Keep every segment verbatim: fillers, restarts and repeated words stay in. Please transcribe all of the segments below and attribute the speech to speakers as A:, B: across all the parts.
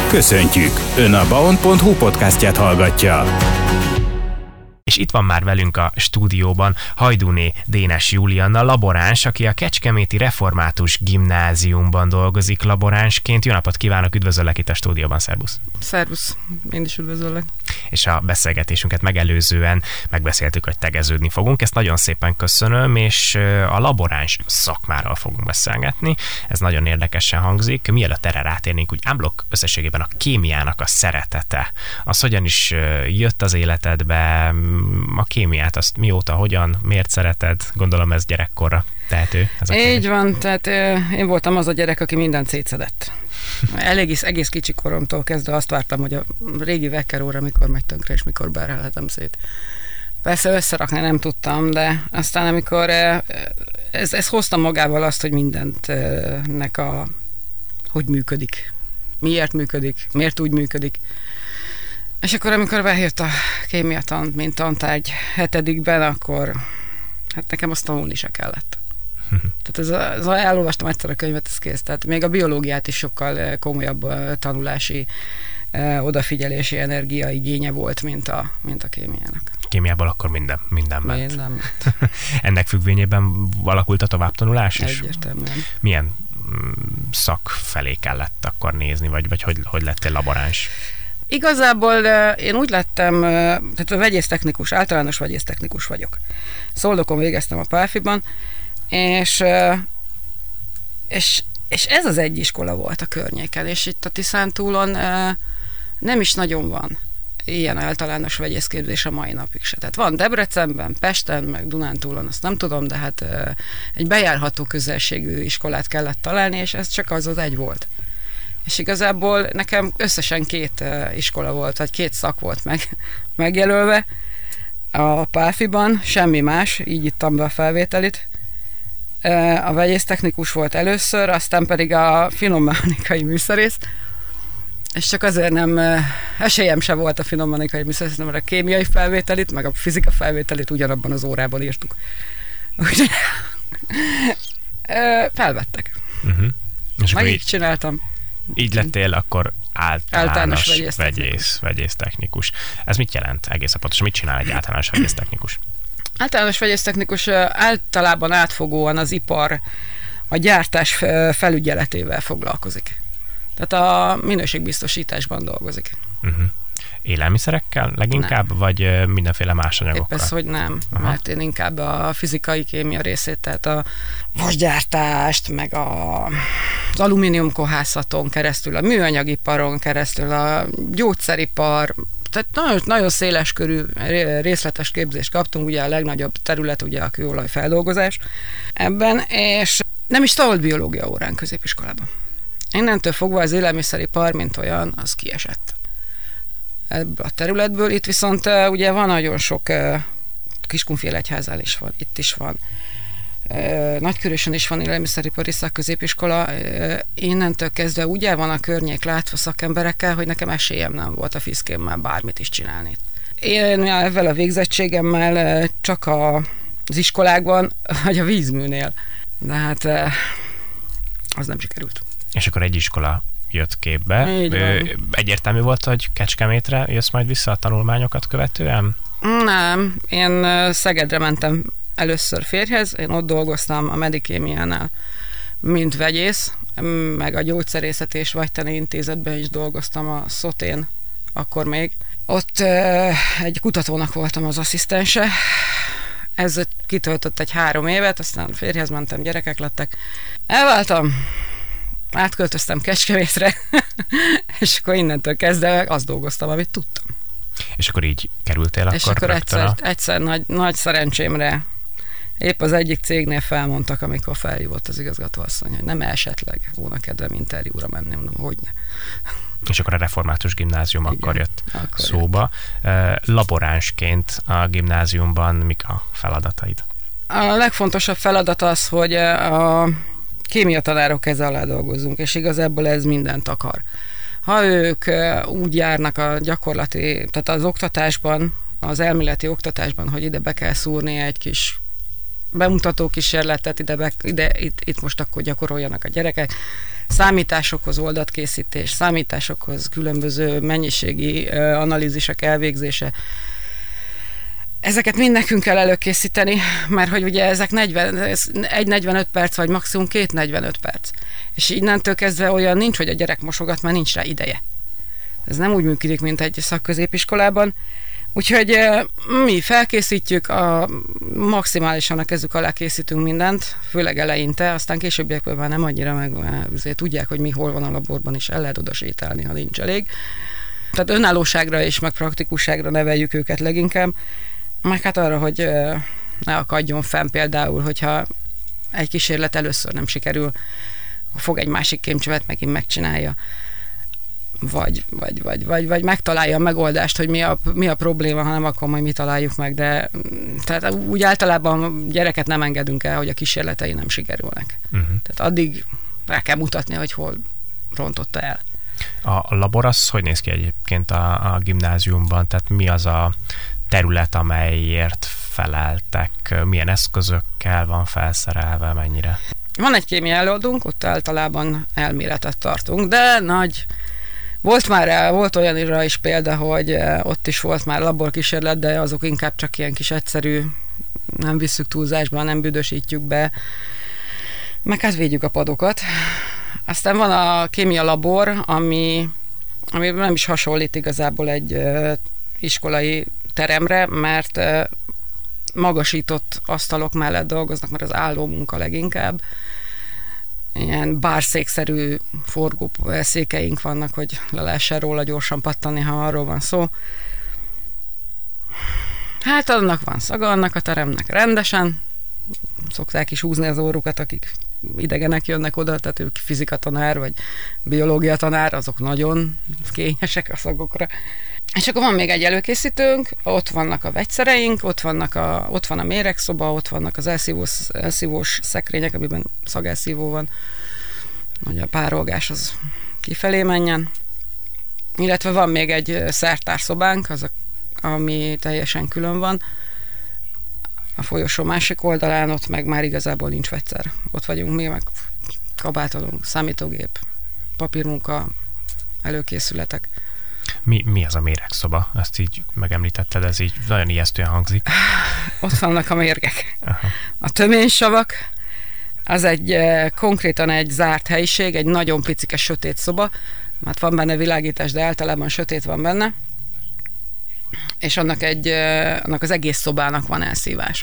A: Köszöntjük! Ön a baon pont hu podcastját hallgatja.
B: És itt van már velünk a stúdióban Hajdúné Dénes Julianna, laboráns, aki a Kecskeméti Református Gimnáziumban dolgozik laboránsként. Jó napot kívánok, üdvözöllek itt a stúdióban, szervusz!
C: Szervusz, én is üdvözöllek.
B: És a beszélgetésünket megelőzően megbeszéltük, hogy tegeződni fogunk. Ezt nagyon szépen köszönöm, és a laboráns szakmáról fogunk beszélgetni. Ez nagyon érdekesen hangzik. Mielőtt erre rátérnénk, úgy ámblok összességében a kémiának a szeretete. Az hogyan is jött az életedbe, a kémiát, azt mióta, hogyan, miért szereted? Gondolom ez gyerekkorra tehető. Ez
C: Így van, tehát én voltam az a gyerek, aki mindent szétszedett. Elég egész kicsi koromtól kezdve azt vártam, hogy a régi vekker óra mikor megy tönkre, és mikor berelhetem szét. Persze összerakni nem tudtam, de aztán amikor ez, ez hozta magával azt, hogy mindentnek a hogy működik, miért működik, miért úgy működik. És akkor, amikor bejött a kémiatant, mint tantárgy hetedikben, akkor hát nekem azt tanulni se kellett. Tehát ez a, ez a, elolvastam egyszer a könyvet, ez kész. Tehát még a biológiát is sokkal komolyabb tanulási, odafigyelési energia igénye volt, mint a, mint a kémiának.
B: Kémiából akkor minden, minden ment.
C: Minden.
B: Ennek függvényében alakult a továbbtanulás is?
C: Egyértelműen.
B: Milyen szak felé kellett akkor nézni, vagy, vagy hogy, hogy lettél laboráns?
C: Igazából én úgy lettem, tehát vegyésztechnikus, általános vegyésztechnikus vagyok. Szolnokon végeztem a Pálfiban, és, és, és ez az egy iskola volt a környéken, és itt a Tiszántúlon nem is nagyon van ilyen általános vegyészképzés a mai napig se. Tehát van Debrecenben, Pesten, meg Dunántúlon, azt nem tudom, de hát egy bejárható közelségű iskolát kellett találni, és ez csak az az egy volt. És igazából nekem összesen két iskola volt, vagy két szak volt meg, megjelölve a Pálfiban, semmi más, így ittam be a felvételit. A vegyésztechnikus volt először, aztán pedig a finommechanikai műszerész, és csak azért nem, esélyem se volt a finommechanikai műszerész, mert a kémiai felvételit, meg a fizika felvételit ugyanabban az órában írtuk. Úgyhogy felvettek. Uh-huh. És meg így csináltam.
B: Így lettél akkor általános, általános
C: vegyésztechnikus.
B: Vegyész, vegyésztechnikus. Ez mit jelent egészen pontosan? Mit csinál egy általános vegyésztechnikus?
C: Általános vegyésztechnikus általában átfogóan az ipar, a gyártás felügyeletével foglalkozik. Tehát a minőségbiztosításban dolgozik. Uh-huh.
B: Élelmiszerekkel leginkább, nem. Vagy mindenféle más anyagokkal?
C: Épp ez, hogy nem, aha. Mert én inkább a fizikai kémia részét, tehát a vasgyártást, meg a, az alumíniumkohászaton keresztül, a műanyagiparon keresztül, a gyógyszeripar, tehát nagyon, nagyon széles körű részletes képzést kaptunk, ugye a legnagyobb terület ugye a kőolaj feldolgozás ebben, és nem is tanult biológia órán középiskolában. Innentől fogva az élelmiszeripar, mint olyan, az kiesett ebből a területből. Itt viszont uh, ugye van nagyon sok uh, Kiskunfélegyházán is van, itt is van. Uh, Nagykörösön is van élelmiszeripari szakközépiskola. Uh, innentől kezdve úgy el van a környék látva szakemberekkel, hogy nekem esélyem nem volt a fiszkémmel bármit is csinálni. Én ezzel a végzettségemmel uh, csak a, az iskolákban, vagy a vízműnél. De hát uh, az nem sikerült.
B: És akkor egy iskola jött képbe. Egyértelmű volt, hogy Kecskemétre jössz majd vissza a tanulmányokat követően?
C: Nem, én Szegedre mentem először férjhez, én ott dolgoztam a Medikémiánál, mint vegyész, meg a gyógyszerészet és vagytani intézetben is dolgoztam a Szotén, akkor még. Ott egy kutatónak voltam az asszisztense, ez kitöltött egy három évet, aztán férjhez mentem, gyerekek lettek. Elváltam, átköltöztem Kecskemétre, és akkor innentől kezdve azt dolgoztam, amit tudtam.
B: És akkor így kerültél akkor?
C: És akkor egyszer,
B: a...
C: egyszer nagy, nagy szerencsémre épp az egyik cégnél felmondtak, amikor felhívott az igazgatóasszony, hogy nem esetleg volna kedvem interjúra menni, mondom, hogyne.
B: És akkor a Református Gimnázium igen, akkor jött
C: akkor
B: szóba. Jött. Laboránsként a gimnáziumban mik a feladataid?
C: A legfontosabb feladat az, hogy a kémiatanárok keze alá dolgozzunk, és igazából ez mindent akar. Ha ők úgy járnak a gyakorlati, tehát az oktatásban, az elméleti oktatásban, hogy ide be kell szúrni egy kis bemutató kísérletet ide, be, ide itt, itt most akkor gyakoroljanak a gyerekek. Számításokhoz oldatkészítés, számításokhoz különböző mennyiségi uh, analízisek elvégzése. Ezeket mind nekünk kell előkészíteni, mert hogy ugye ezek negyven, ez egy negyvenöt perc, vagy maximum két negyvenöt perc. És innentől kezdve olyan nincs, hogy a gyerek mosogat, mert nincs rá ideje. Ez nem úgy működik, mint egy szakközépiskolában. Úgyhogy mi felkészítjük, a, maximálisan a kezük alá készítünk mindent, főleg eleinte, aztán későbbiekben már nem annyira, meg azért tudják, hogy mi hol van a laborban, és el lehet oda sétálni, ha nincs elég. Tehát önállóságra és meg praktikusságra neveljük őket leginkább, meg hát arra, hogy ne akadjon fenn például, hogyha egy kísérlet először nem sikerül, fog egy másik kémcsövet, megint megcsinálja. Vagy, vagy, vagy, vagy, vagy megtalálja a megoldást, hogy mi a, mi a probléma, ha nem, akkor majd mi találjuk meg, de tehát úgy általában gyereket nem engedünk el, hogy a kísérletei nem sikerülnek. Uh-huh. Tehát addig rá kell mutatni, hogy hol rontotta el.
B: A labor az hogy néz ki egyébként a, a gimnáziumban? Tehát mi az a terület, amelyért feleltek? Milyen eszközökkel van felszerelve, mennyire?
C: Van egy kémia előadónk, ott általában elméletet tartunk, de nagy Volt már, volt olyanra is példa, hogy ott is volt már laborkísérlet, de azok inkább csak ilyen kis egyszerű, nem visszük túlzásba, nem büdösítjük be, meg hát védjük a padokat. Aztán van a kémia labor, ami, ami nem is hasonlít igazából egy uh, iskolai teremre, mert uh, magasított asztalok mellett dolgoznak, mert az álló munka leginkább. Ilyen bárszékszerű forgó székeink vannak, hogy le lehessen róla gyorsan pattani, ha arról van szó. Hát annak van szaga, annak a teremnek rendesen. Szokták is húzni az órukat, akik idegenek jönnek oda, tehát ők fizikatanár vagy biológia tanár, azok nagyon kényesek a szagokra. És akkor van még egy előkészítőnk, ott vannak a vegyszereink, ott, vannak a, ott van a méregszoba, ott vannak az elszívós, elszívós szekrények, amiben szagelszívó van, hogy a párolgás az kifelé menjen. Illetve van még egy szertárszobánk, az a, ami teljesen külön van. A folyosó másik oldalán, ott meg már igazából nincs vegyszer. Ott vagyunk mi, meg kabátolunk, számítógép, papírmunka, előkészületek.
B: Mi, mi az a méregszoba? Ezt így megemlítetted, ez így nagyon ijesztően hangzik.
C: Ott vannak a mérgek. Aha. A töménysavak, az egy konkrétan egy zárt helyiség, egy nagyon picike sötét szoba, mert van benne világítás, de általában sötét van benne, és annak, egy, annak az egész szobának van elszívása.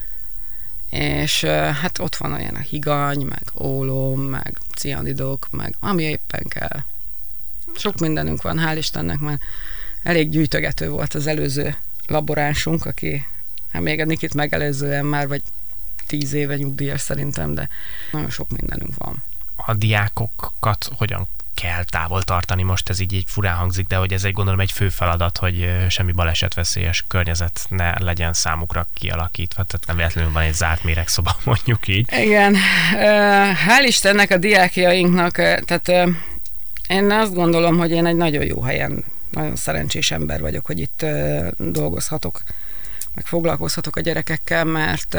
C: És hát ott van olyan a higany, meg ólom, meg cianidok, meg ami éppen kell. Sok mindenünk van, hál' Istennek, mert elég gyűjtögető volt az előző laboránsunk, aki hát még a Nikit megelőzően már vagy tíz éve nyugdíjas szerintem, de nagyon sok mindenünk van.
B: A diákokat hogyan kell távol tartani? Most ez így, így furán hangzik, de hogy ez egy gondolom egy fő feladat, hogy semmi balesetveszélyes környezet ne legyen számukra kialakítva, tehát nem véletlenül van egy zárt méregszoba, mondjuk így.
C: Igen, hál' Istennek a diákjainknak, tehát én azt gondolom, hogy én egy nagyon jó helyen, nagyon szerencsés ember vagyok, hogy itt dolgozhatok, meg foglalkozhatok a gyerekekkel, mert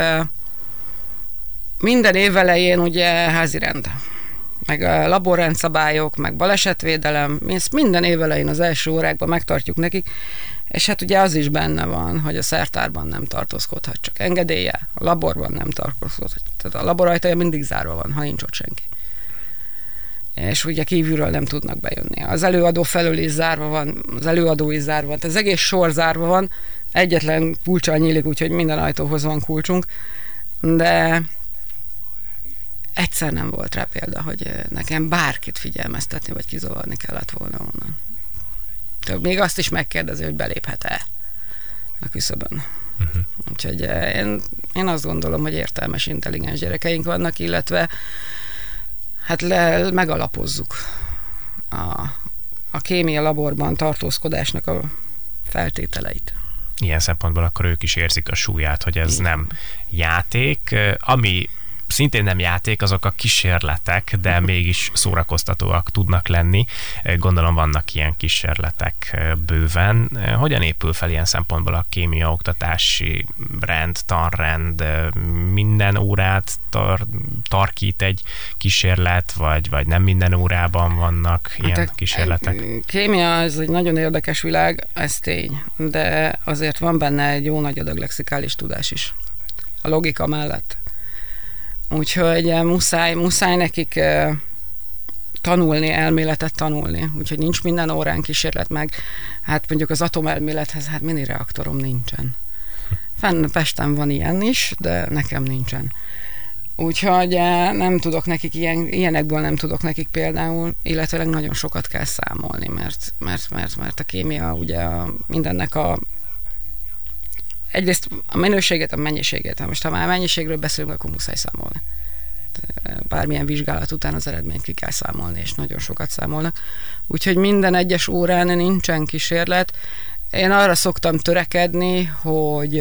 C: minden év elején ugye házirend, meg a laborrendszabályok, meg balesetvédelem, mi ezt minden év elején az első órákban megtartjuk nekik, és hát ugye az is benne van, hogy a szertárban nem tartózkodhat, csak engedéllyel, a laborban nem tartózkodhat, tehát a labor ajtaja mindig zárva van, ha nincs ott senki. És ugye kívülről nem tudnak bejönni. Az előadó felől is zárva van, az előadó is zárva van, tehát az egész sor zárva van, egyetlen kulccsal nyílik, úgyhogy minden ajtóhoz van kulcsunk, de egyszer nem volt rá példa, hogy nekem bárkit figyelmeztetni, vagy kizavarni kellett volna onnan. Tehát még azt is megkérdezi, hogy beléphet-e a küszöbön. Uh-huh. Úgyhogy én, én azt gondolom, hogy értelmes, intelligens gyerekeink vannak, illetve hát le, megalapozzuk a, a kémia laborban tartózkodásnak a feltételeit.
B: Ilyen szempontból akkor ők is érzik a súlyát, hogy ez nem játék, ami szintén nem játék, azok a kísérletek, de mégis szórakoztatóak tudnak lenni. Gondolom vannak ilyen kísérletek bőven. Hogyan épül fel ilyen szempontból a kémia oktatási rend, tanrend, minden órát tar- tarkít egy kísérlet, vagy, vagy nem minden órában vannak ilyen hát kísérletek?
C: Kémia ez egy nagyon érdekes világ, ez tény, de azért van benne egy jó nagy adag lexikális tudás is. A logika mellett. Úgyhogy muszáj, muszáj nekik tanulni, elméletet tanulni. Úgyhogy nincs minden órán kísérlet meg. Hát mondjuk az atomelmélethez, hát mini reaktorom nincsen. Fenn Pesten van ilyen is, de nekem nincsen. Úgyhogy nem tudok nekik, ilyen, ilyenekből nem tudok nekik például, illetve nagyon sokat kell számolni, mert, mert, mert, mert a kémia ugye a, mindennek a egyrészt a minőséget, a mennyiséget. Most ha már mennyiségről beszélünk, akkor muszáj számolni. Bármilyen vizsgálat után az eredményt ki kell számolni, és nagyon sokat számolnak. Úgyhogy minden egyes órán nincsen kísérlet. Én arra szoktam törekedni, hogy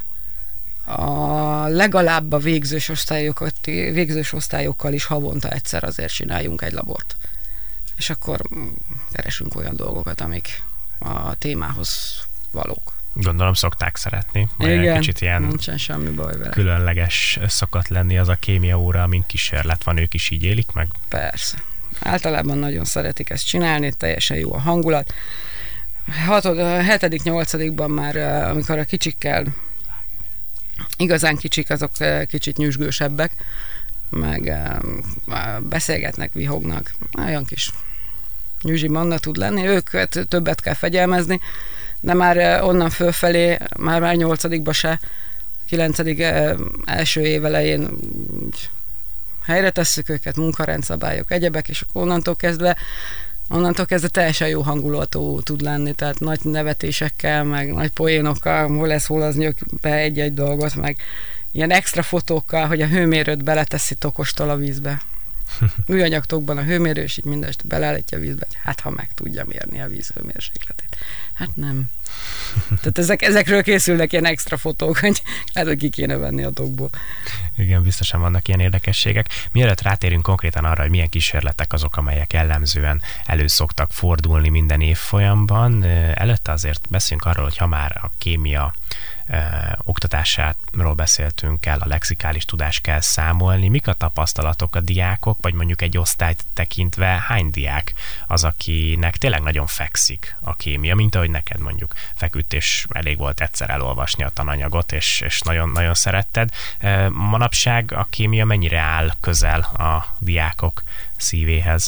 C: a legalább a végzős osztályokat, végzős osztályokkal is havonta egyszer azért csináljunk egy labort. És akkor keresünk olyan dolgokat, amik a témához valók.
B: Gondolom szokták szeretni.
C: Igen,
B: kicsit ilyen
C: nincsen semmi baj vele.
B: Különleges szokott lenni az a kémia óra, amin kísérlet van, ők is így élik meg?
C: Persze. Általában nagyon szeretik ezt csinálni, teljesen jó a hangulat. Hatod, hetedik, nyolcadikban már, amikor a kicsikkel, igazán kicsik, azok kicsit nyüzsgősebbek, meg beszélgetnek, vihognak, olyan kis nyüzsi manna tud lenni, őket többet kell fegyelmezni, de már onnan fölfelé, már már nyolcadikba se, kilencedik első év elején helyre tesszük őket, munkarendszabályok, egyebek, és akkor onnantól kezdve onnantól kezdve teljesen jó hangulatú tud lenni, tehát nagy nevetésekkel, meg nagy poénokkal, hol lesz, hol az nyök be egy-egy dolgot, meg ilyen extra fotókkal, hogy a hőmérőt beleteszi tokostól a vízbe. Műanyagtokban a hőmérő, és így mindest beleállítja a vízbe, hát ha meg tudja mérni a víz hőmérsékletét. Hát nem. Tehát ezek, ezekről készülnek ilyen extra fotók, hogy lehet, hogy ki kéne venni a tokból.
B: Igen, biztosan vannak ilyen érdekességek. Mielőtt rátérünk konkrétan arra, hogy milyen kísérletek azok, amelyek jellemzően elő szoktak fordulni minden évfolyamban, előtte azért beszélünk arról, hogy ha már a kémia Ö, oktatásáról beszéltünk, kell a lexikális tudást kell számolni. Mik a tapasztalatok a diákok, vagy mondjuk egy osztályt tekintve hány diák az, akinek tényleg nagyon fekszik a kémia, mint ahogy neked mondjuk feküdt, és elég volt egyszer elolvasni a tananyagot, és, és nagyon, nagyon szeretted. Ö, manapság a kémia mennyire áll közel a diákok szívéhez?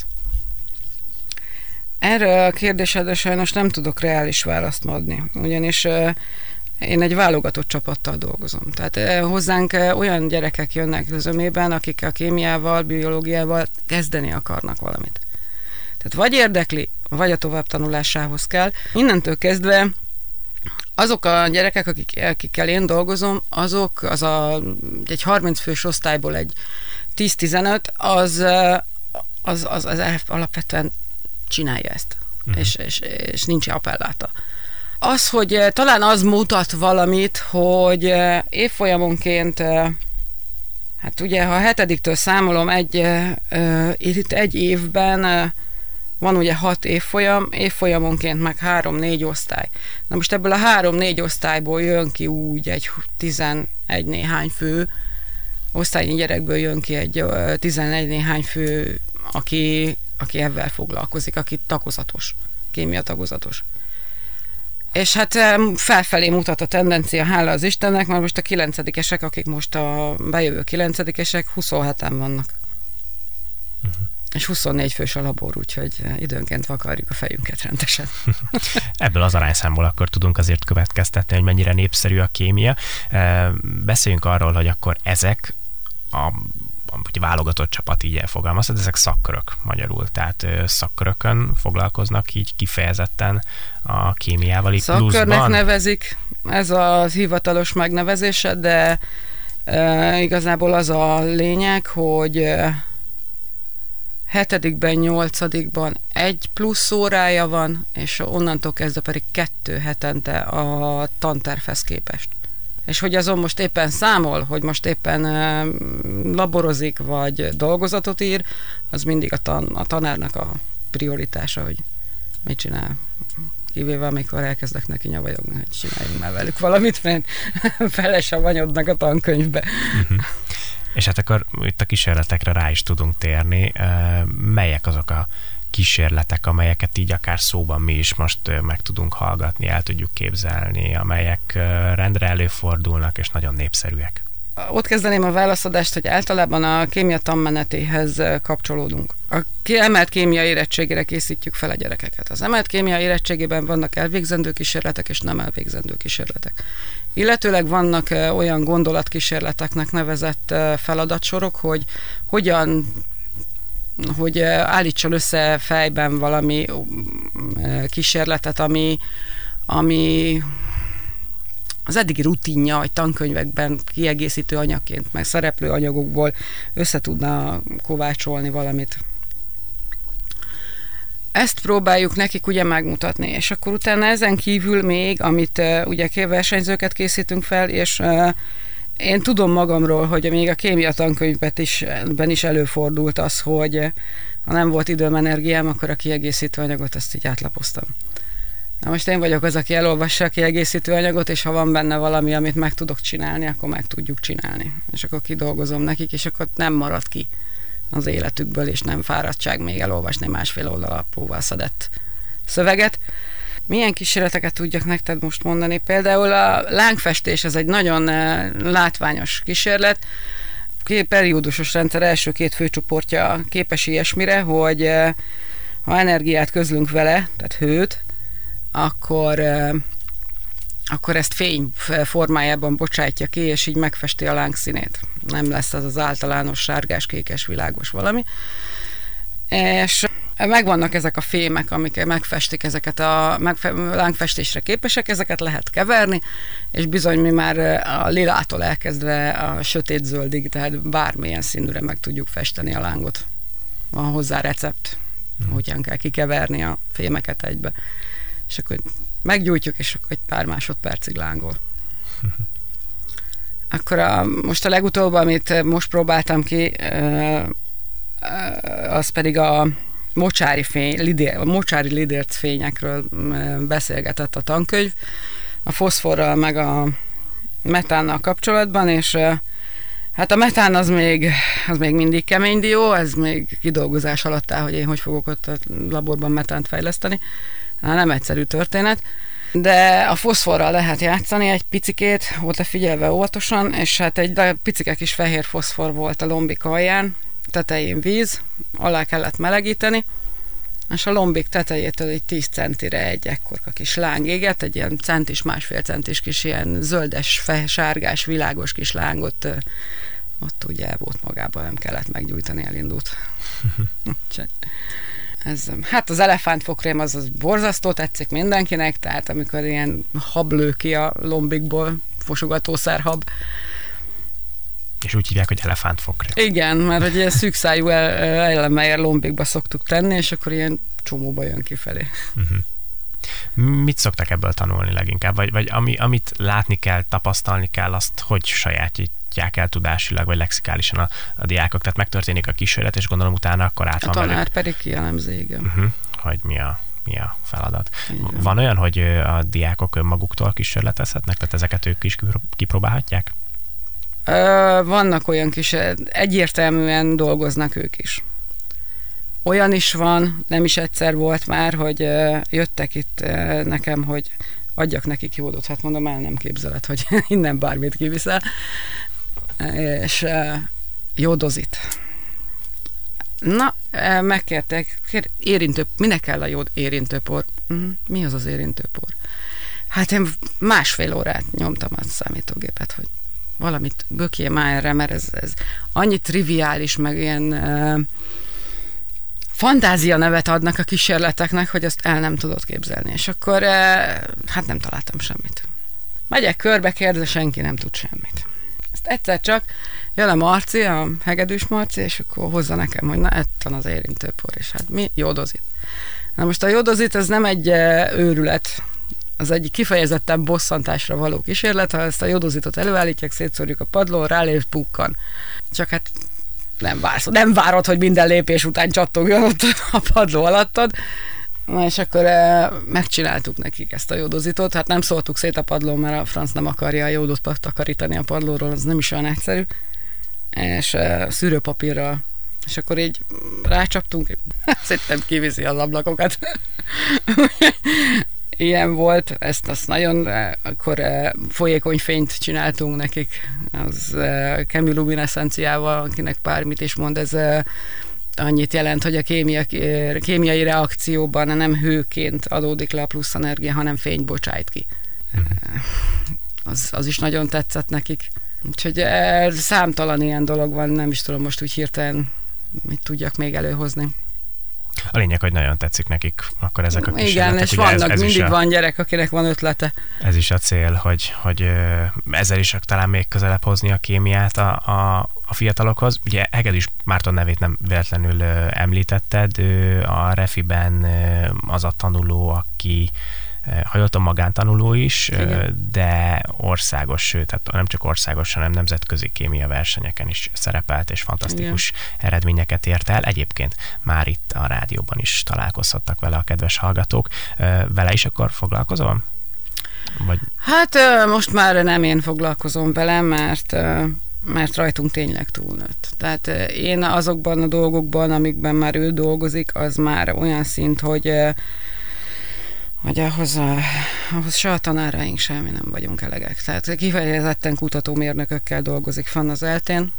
C: Erre a kérdésedre sajnos nem tudok reális választ adni, ugyanis én egy válogatott csapattal dolgozom. Tehát hozzánk olyan gyerekek jönnek zömében, akik a kémiával, biológiával kezdeni akarnak valamit. Tehát vagy érdekli, vagy a továbbtanulásához kell. Innentől kezdve azok a gyerekek, akik, akikkel én dolgozom, azok az a, egy harminc fős osztályból egy tíz-tizenöt, az, az, az, az alapvetően csinálja ezt. Uh-huh. És, és, és nincs appelláta. Az, hogy talán az mutat valamit, hogy évfolyamonként, hát ugye, ha a hetediktől számolom, egy, itt egy évben van ugye hat évfolyam, évfolyamonként meg három-négy osztály. Na most ebből a három-négy osztályból jön ki úgy egy tizenegy néhány fő, osztályi gyerekből jön ki egy tizenegy néhány fő, aki, aki ebben foglalkozik, aki tagozatos, kémia tagozatos. És hát felfelé mutat a tendencia, hála az Istennek, mert most a kilencedikesek, akik most a bejövő kilencedikesek, huszonheten vannak. Uh-huh. És huszonnégy fős a labor, úgyhogy időnként vakarjuk a fejünket rendesen.
B: Ebből az arányszámból akkor tudunk azért következtetni, hogy mennyire népszerű a kémia. Beszéljünk arról, hogy akkor ezek a hogy válogatott csapat így elfogalmazhat, ezek szakkörök magyarul, tehát szakkörökön foglalkoznak így kifejezetten a kémiával itt
C: Szakkörnek
B: pluszban.
C: Nevezik, ez a hivatalos megnevezése, de e, igazából az a lényeg, hogy e, hetedikben, nyolcadikban egy plusz órája van, és onnantól kezdve pedig kettő hetente a tantervhez képest. és hogy azon most éppen számol, hogy most éppen laborozik, vagy dolgozatot ír, az mindig a, tan, a tanárnak a prioritása, hogy mit csinál. Kivéve, amikor elkezdek neki nyavajogni, hogy csináljunk már velük valamit, mert felesavanyodnak a tankönyvbe.
B: Uh-huh. És hát akkor itt a kísérletekre rá is tudunk térni. Melyek azok a kísérletek, amelyeket így akár szóban mi is most meg tudunk hallgatni, el tudjuk képzelni, amelyek rendre előfordulnak, és nagyon népszerűek?
C: Ott kezdeném a válaszadást, hogy általában a kémia tanmenetéhez kapcsolódunk. A emelt kémia érettségére készítjük fel a gyerekeket. Az emelt kémia érettségében vannak elvégzendő kísérletek és nem elvégzendő kísérletek. Illetőleg vannak olyan gondolatkísérleteknek nevezett feladatsorok, hogy hogyan hogy állítson össze fejben valami kísérletet, ami, ami az eddigi rutinja, vagy tankönyvekben kiegészítő anyagként, meg szereplő anyagokból össze tudna kovácsolni valamit. Ezt próbáljuk nekik ugye megmutatni, és akkor utána ezen kívül még, amit uh, ugye versenyzőket készítünk fel, és uh, én tudom magamról, hogy még a kémia tankönyvben is, ben is előfordult az, hogy ha nem volt időm, energiám, akkor a kiegészítő anyagot ezt így átlapoztam. Na most én vagyok az, aki elolvassa a kiegészítő anyagot, és ha van benne valami, amit meg tudok csinálni, akkor meg tudjuk csinálni. És akkor kidolgozom nekik, és akkor nem marad ki az életükből, és nem fáradtság még elolvasni másfél oldal apróval szedett szöveget. Milyen kísérleteket tudjak neked most mondani? Például a lángfestés, ez egy nagyon látványos kísérlet. Periódusos rendszer első két főcsoportja képes ilyesmire, hogy ha energiát közlünk vele, tehát hőt, akkor, akkor ezt fény formájában bocsátja ki, és így megfesti a láng színét. Nem lesz az az általános sárgás, kékes, világos valami. És megvannak ezek a fémek, amik megfestik ezeket a megfe- lángfestésre képesek, ezeket lehet keverni, és bizony mi már a lilától elkezdve a sötét zöldig, tehát bármilyen színűre meg tudjuk festeni a lángot. Van hozzá recept, hmm. hogyan kell kikeverni a fémeket egybe. És akkor meggyújtjuk, és akkor egy pár másodpercig lángol. Akkor a, most a legutóbb, amit most próbáltam ki, az pedig a mocsári fény, lidér, a mocsári lidért fényekről beszélgetett a tankönyv, a foszforral meg a metánnal kapcsolatban, és hát a metán az még, az még mindig kemény dió, ez még kidolgozás alatt áll, hogy én hogy fogok ott a laborban metánt fejleszteni. Nem egyszerű történet, de a foszforral lehet játszani egy picikét, volt figyelve óvatosan, és hát egy picike kis fehér foszfor volt a lombik alján, tetején víz, alá kellett melegíteni, és a lombik tetejétől egy tíz centire egy ekkorka kis láng égett, egy ilyen centis, másfél centis kis ilyen zöldes, fe, sárgás, világos kis lángot, ott ugye volt magában, nem kellett meggyújtani, elindult. Ez, hát az elefántfokrém az, az borzasztó, tetszik mindenkinek, tehát amikor ilyen hab lő ki a lombikból, fosogatószerhab.
B: És úgy hívják, hogy elefántfokrém.
C: Igen, mert hogy ilyen szűkszájú ellenmeyer lombikba szoktuk tenni, és akkor ilyen csomóba jön kifelé.
B: Uh-huh. Mit szoktak ebből tanulni leginkább? Vagy, vagy ami, amit látni kell, tapasztalni kell, azt hogy sajátítják el tudásilag, vagy lexikálisan a, a diákok? Tehát megtörténik a kísérlet, és gondolom utána akkor át van velük.
C: A tanár pedig kielemzi, igen.
B: Uh-huh. Hogy mi a, mi a feladat.
C: Igen.
B: Van olyan, hogy a diákok önmaguktól kísérletezhetnek? Tehát ezeket ők is kipróbálhatják?
C: Vannak olyan kis, egyértelműen dolgoznak ők is. Olyan is van, nem is egyszer volt már, hogy jöttek itt nekem, hogy adjak nekik jódot. Hát mondom, el nem képzeled, hogy innen bármit kiviszel. És jódozit. Na, megkértek, érintő, minek kell a jód érintőpor? Mi az az érintőpor? Hát én másfél órát nyomtam a számítógépet, hogy valamit bökjél már erre, mert ez, ez annyi triviális, meg ilyen uh, fantázia nevet adnak a kísérleteknek, hogy azt el nem tudod képzelni. És akkor uh, hát nem találtam semmit. Megyek körbe, kérde, senki nem tud semmit. Ezt egyszer csak jön a Marci, a hegedűs Marci, és akkor hozza nekem, hogy na, ettan az érintőpor, és hát mi? Jódozit. Na most a jódozit, ez nem egy uh, őrület, az egyik kifejezetten bosszantásra való kísérlet, ha ezt a jodozitot előállítják, szétszórjuk a padlón, rálép, pukkan. Csak hát nem vársz, nem várod, hogy minden lépés után csattogjon ott a padló alattad. Na és akkor e, megcsináltuk nekik ezt a jodozitot, hát nem szóltuk szét a padlón, mert a franc nem akarja a jódot takarítani a padlóról, az nem is olyan egyszerű, és e, szűrőpapírral, és akkor így rácsaptunk, szerintem kiviszi az ablakokat. Ilyen volt, ezt azt nagyon, akkor folyékony fényt csináltunk nekik, az kemiluminescenciával, akinek bármit is mond, ez annyit jelent, hogy a kémia, kémiai reakcióban nem hőként adódik le a plusz energia, hanem fényt bocsájt ki. Az, az is nagyon tetszett nekik. Úgyhogy számtalan ilyen dolog van, nem is tudom most úgy hirtelen mit tudjak még előhozni.
B: A lényeg, hogy nagyon tetszik nekik akkor ezek a kísérletek.
C: Igen, és
B: ugye
C: vannak,
B: ez, ez
C: mindig
B: a,
C: van gyerek, akinek van ötlete.
B: Ez is a cél, hogy, hogy ezzel is talán még közelebb hozni a kémiát a, a, a fiatalokhoz. Ugye Hegedűs Márton nevét nem véletlenül említetted, ő a Refiben az a tanuló, aki ha jól tudom, magántanuló is, igen, de országos, tehát nem csak országos, hanem nemzetközi kémia versenyeken is szerepelt, és fantasztikus igen. eredményeket ért el. Egyébként már itt a rádióban is találkozhattak vele a kedves hallgatók. Vele is akkor foglalkozol? Vagy... Hát
C: most már nem én foglalkozom vele, mert mert rajtunk tényleg túlnőtt. Tehát én azokban a dolgokban, amikben már ő dolgozik, az már olyan szint, hogy hogy ahhoz, a, ahhoz se a tanáraink, semmi nem vagyunk elegek. Tehát kifejezetten kutatómérnökökkel dolgozik fenn az eltén,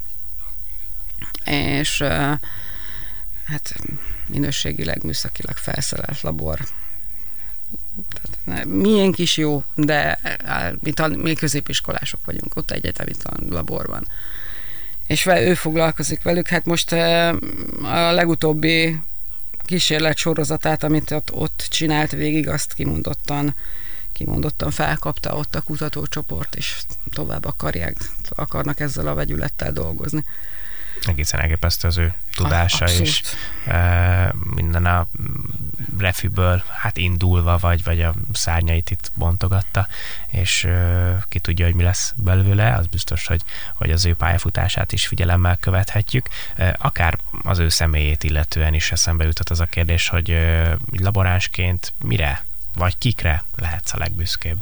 C: és hát minőségileg, műszakilag felszerelt labor. Tehát, miénk is jó, de mi, mi középiskolások vagyunk, ott egyetemi laborban. És ő foglalkozik velük. Hát most a legutóbbi kísérlet sorozatát, amit ott, ott csinált végig, azt kimondottan, kimondottan felkapta ott a kutatócsoport, és tovább akarják, akarnak ezzel a vegyülettel dolgozni.
B: Egészen elképesztő az ő tudása,
C: Abszolút.
B: És e, minden a refiből hát indulva, vagy, vagy a szárnyait itt bontogatta, és e, ki tudja, hogy mi lesz belőle, az biztos, hogy, hogy az ő pályafutását is figyelemmel követhetjük. E, akár az ő személyét illetően is eszembe jutott az a kérdés, hogy e, laboránsként mire, vagy kikre lehetsz a legbüszkébb?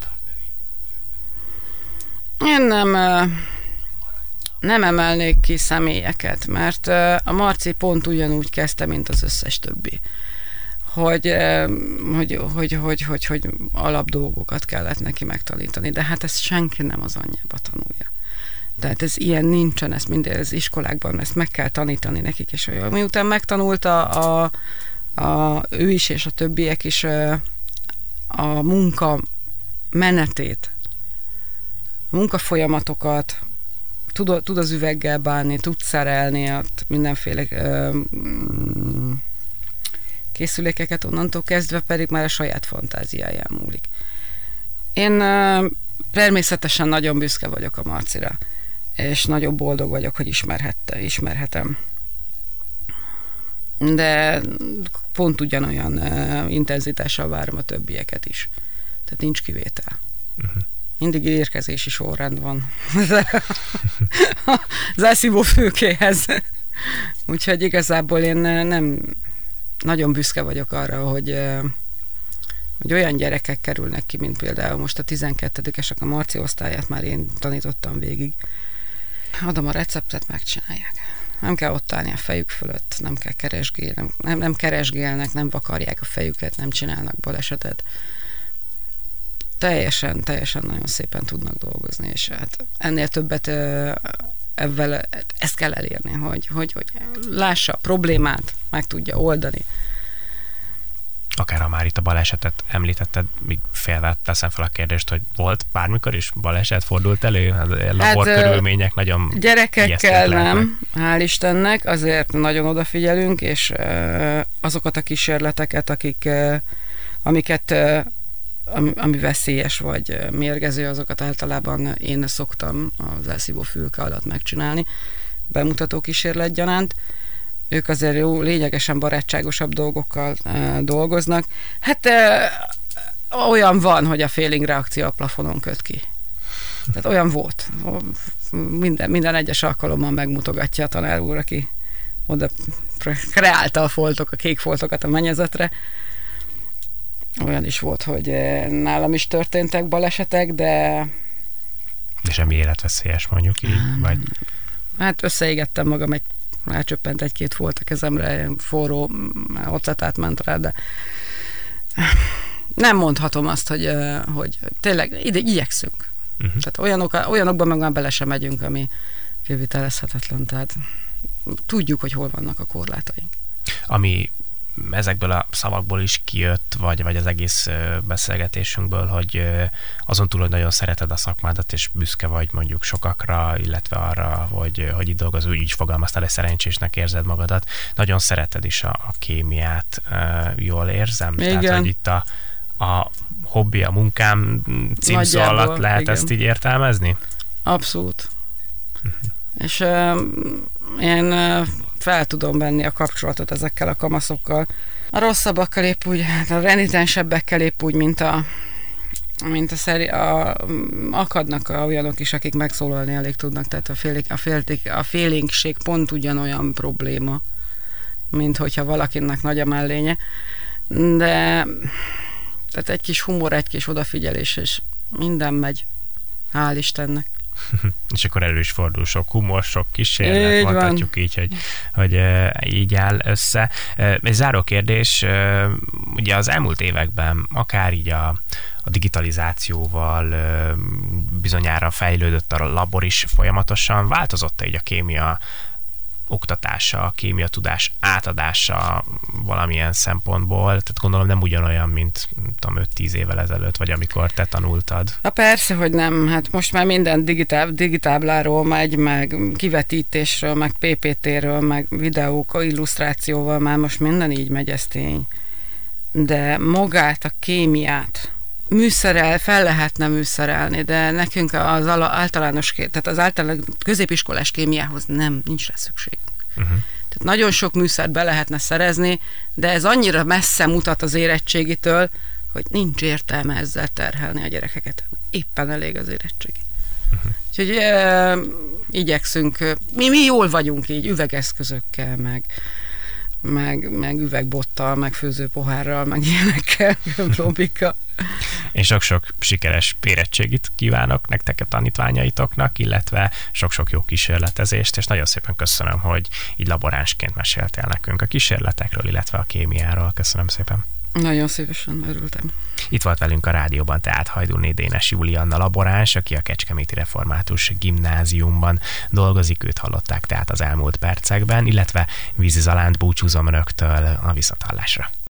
C: Én nem... Nem emelnék ki személyeket, mert a Marci pont ugyanúgy kezdte, mint az összes többi. Hogy, hogy, hogy, hogy, hogy, hogy alapdolgokat kellett neki megtanítani, de hát ezt senki nem az anyjába tanulja. Tehát ez ilyen nincsen, ezt minden az iskolákban, ezt meg kell tanítani nekik, és miután megtanulta a, a, ő is és a többiek is a munka menetét, a munkafolyamatokat, Tud, tud az üveggel bánni, tud szerelni, ott mindenféle ö, készülékeket, onnantól kezdve pedig már a saját fantáziáján múlik. Én ö, természetesen nagyon büszke vagyok a Marcira, és nagyon boldog vagyok, hogy ismerhette, ismerhetem. De pont ugyanolyan ö, intenzitással várom a többieket is. Tehát nincs kivétel. Uh-huh. Mindig érkezési sorrend van az elszívó főkéhez. Úgyhogy igazából én nem nagyon büszke vagyok arra, hogy, hogy olyan gyerekek kerülnek ki, mint például most a tizenkettedikesek, a Marci osztályát már én tanítottam végig. Adom a receptet, megcsinálják. Nem kell ott állni a fejük fölött, nem kell keresgélni, nem, nem keresgélnek, nem vakarják a fejüket, nem csinálnak balesetet. Teljesen, teljesen nagyon szépen tudnak dolgozni, és hát ennél többet ezzel ezt kell elérni, hogy, hogy, hogy lássa a problémát, meg tudja oldani.
B: Akár ha már itt a balesetet említetted, még félve teszem fel a kérdést, hogy volt bármikor is baleset, fordult elő? A laborkörülmények hát, nagyon
C: gyerekekkel nem, hál' Istennek, azért nagyon odafigyelünk, és azokat a kísérleteket, akik, amiket Ami, ami veszélyes vagy mérgező, azokat általában én szoktam az elszívó fülke alatt megcsinálni, bemutató kísérlet gyanánt. Ők azért jó, lényegesen barátságosabb dolgokkal e, dolgoznak. Hát e, olyan van, hogy a féling reakció a plafonon köt ki. Tehát olyan volt. Minden, minden egyes alkalommal megmutogatja a tanár úr, aki oda kreálta a foltok, a kék foltokat a mennyezetre. Olyan is volt, hogy nálam is történtek balesetek, de...
B: De semmi életveszélyes, mondjuk így? Vagy...
C: Hát összeégettem magam, egy, elcsöppent egy-két folt a kezemre, forró ocetát ment rá, de nem mondhatom azt, hogy, hogy tényleg ide igyekszünk. Uh-huh. Tehát olyanok, olyanokban meg már bele sem megyünk, ami kivitelezhetetlen, tehát tudjuk, hogy hol vannak a korlátaink.
B: Ami ezekből a szavakból is kijött, vagy, vagy az egész beszélgetésünkből, hogy azon túl, hogy nagyon szereted a szakmádat, és büszke vagy mondjuk sokakra, illetve arra, hogy, hogy itt dolgozol, úgy, úgy fogalmaztál, hogy szerencsésnek érzed magadat, nagyon szereted is a, a kémiát, jól érzem?
C: Igen.
B: Tehát, hogy itt a, a hobbi, a munkám címszó alatt lehet igen. ezt így értelmezni?
C: Abszolút. Uh-huh. És uh, én uh, fel tudom venni a kapcsolatot ezekkel a kamaszokkal. A rosszabbakkal épp úgy, a renitensebbekkel épp úgy, mint a, mint a, szeri, a akadnak a olyanok is, akik megszólalni elég tudnak, tehát a, félig, a, félig, a félénkség pont ugyanolyan probléma, mint hogyha valakinek nagy a mellénye, de tehát egy kis humor, egy kis odafigyelés, és minden megy. Hál' Istennek.
B: És akkor elő is fordul sok humor, sok kísérlet, így mondhatjuk van. így, hogy, hogy így áll össze. Egy záró kérdés, ugye az elmúlt években, akár így a, a digitalizációval bizonyára fejlődött a labor is folyamatosan, változott így a kémia oktatása, a kémia tudás átadása valamilyen szempontból, tehát gondolom nem ugyanolyan, mint tudom, öt-tíz évvel ezelőtt, vagy amikor te tanultad.
C: Ha persze, hogy nem. Hát most már minden digitál, digitábláról megy, meg kivetítésről, meg pé pé té-ről, meg videók, illusztrációval, már most minden így megy, ez tény. De magát, a kémiát műszerel, fel lehetne műszerelni, de nekünk az általános, tehát az általános középiskolás kémiához nem, nincs rá szükségünk. Uh-huh. Tehát nagyon sok műszert be lehetne szerezni, de ez annyira messze mutat az érettségitől, hogy nincs értelme ezzel terhelni a gyerekeket. Éppen elég az érettségi. Uh-huh. Úgyhogy e, igyekszünk, mi, mi jól vagyunk így, üvegeszközökkel, meg meg, meg üvegbottal, meg főzőpohárral, meg ilyenekkel, blombikkal.
B: Én sok-sok sikeres érettségit kívánok nektek a tanítványaitoknak, illetve sok-sok jó kísérletezést, és nagyon szépen köszönöm, hogy így laboránsként meséltél nekünk a kísérletekről, illetve a kémiáról. Köszönöm szépen.
C: Nagyon szívesen örültem.
B: Itt volt velünk a rádióban tehát Hajdúné Dénes Julianna laboráns, aki a Kecskeméti Református Gimnáziumban dolgozik, őt hallották tehát az elmúlt percekben, illetve Vízi Zalánt búcsúzom önöktől, a viszonthallásra.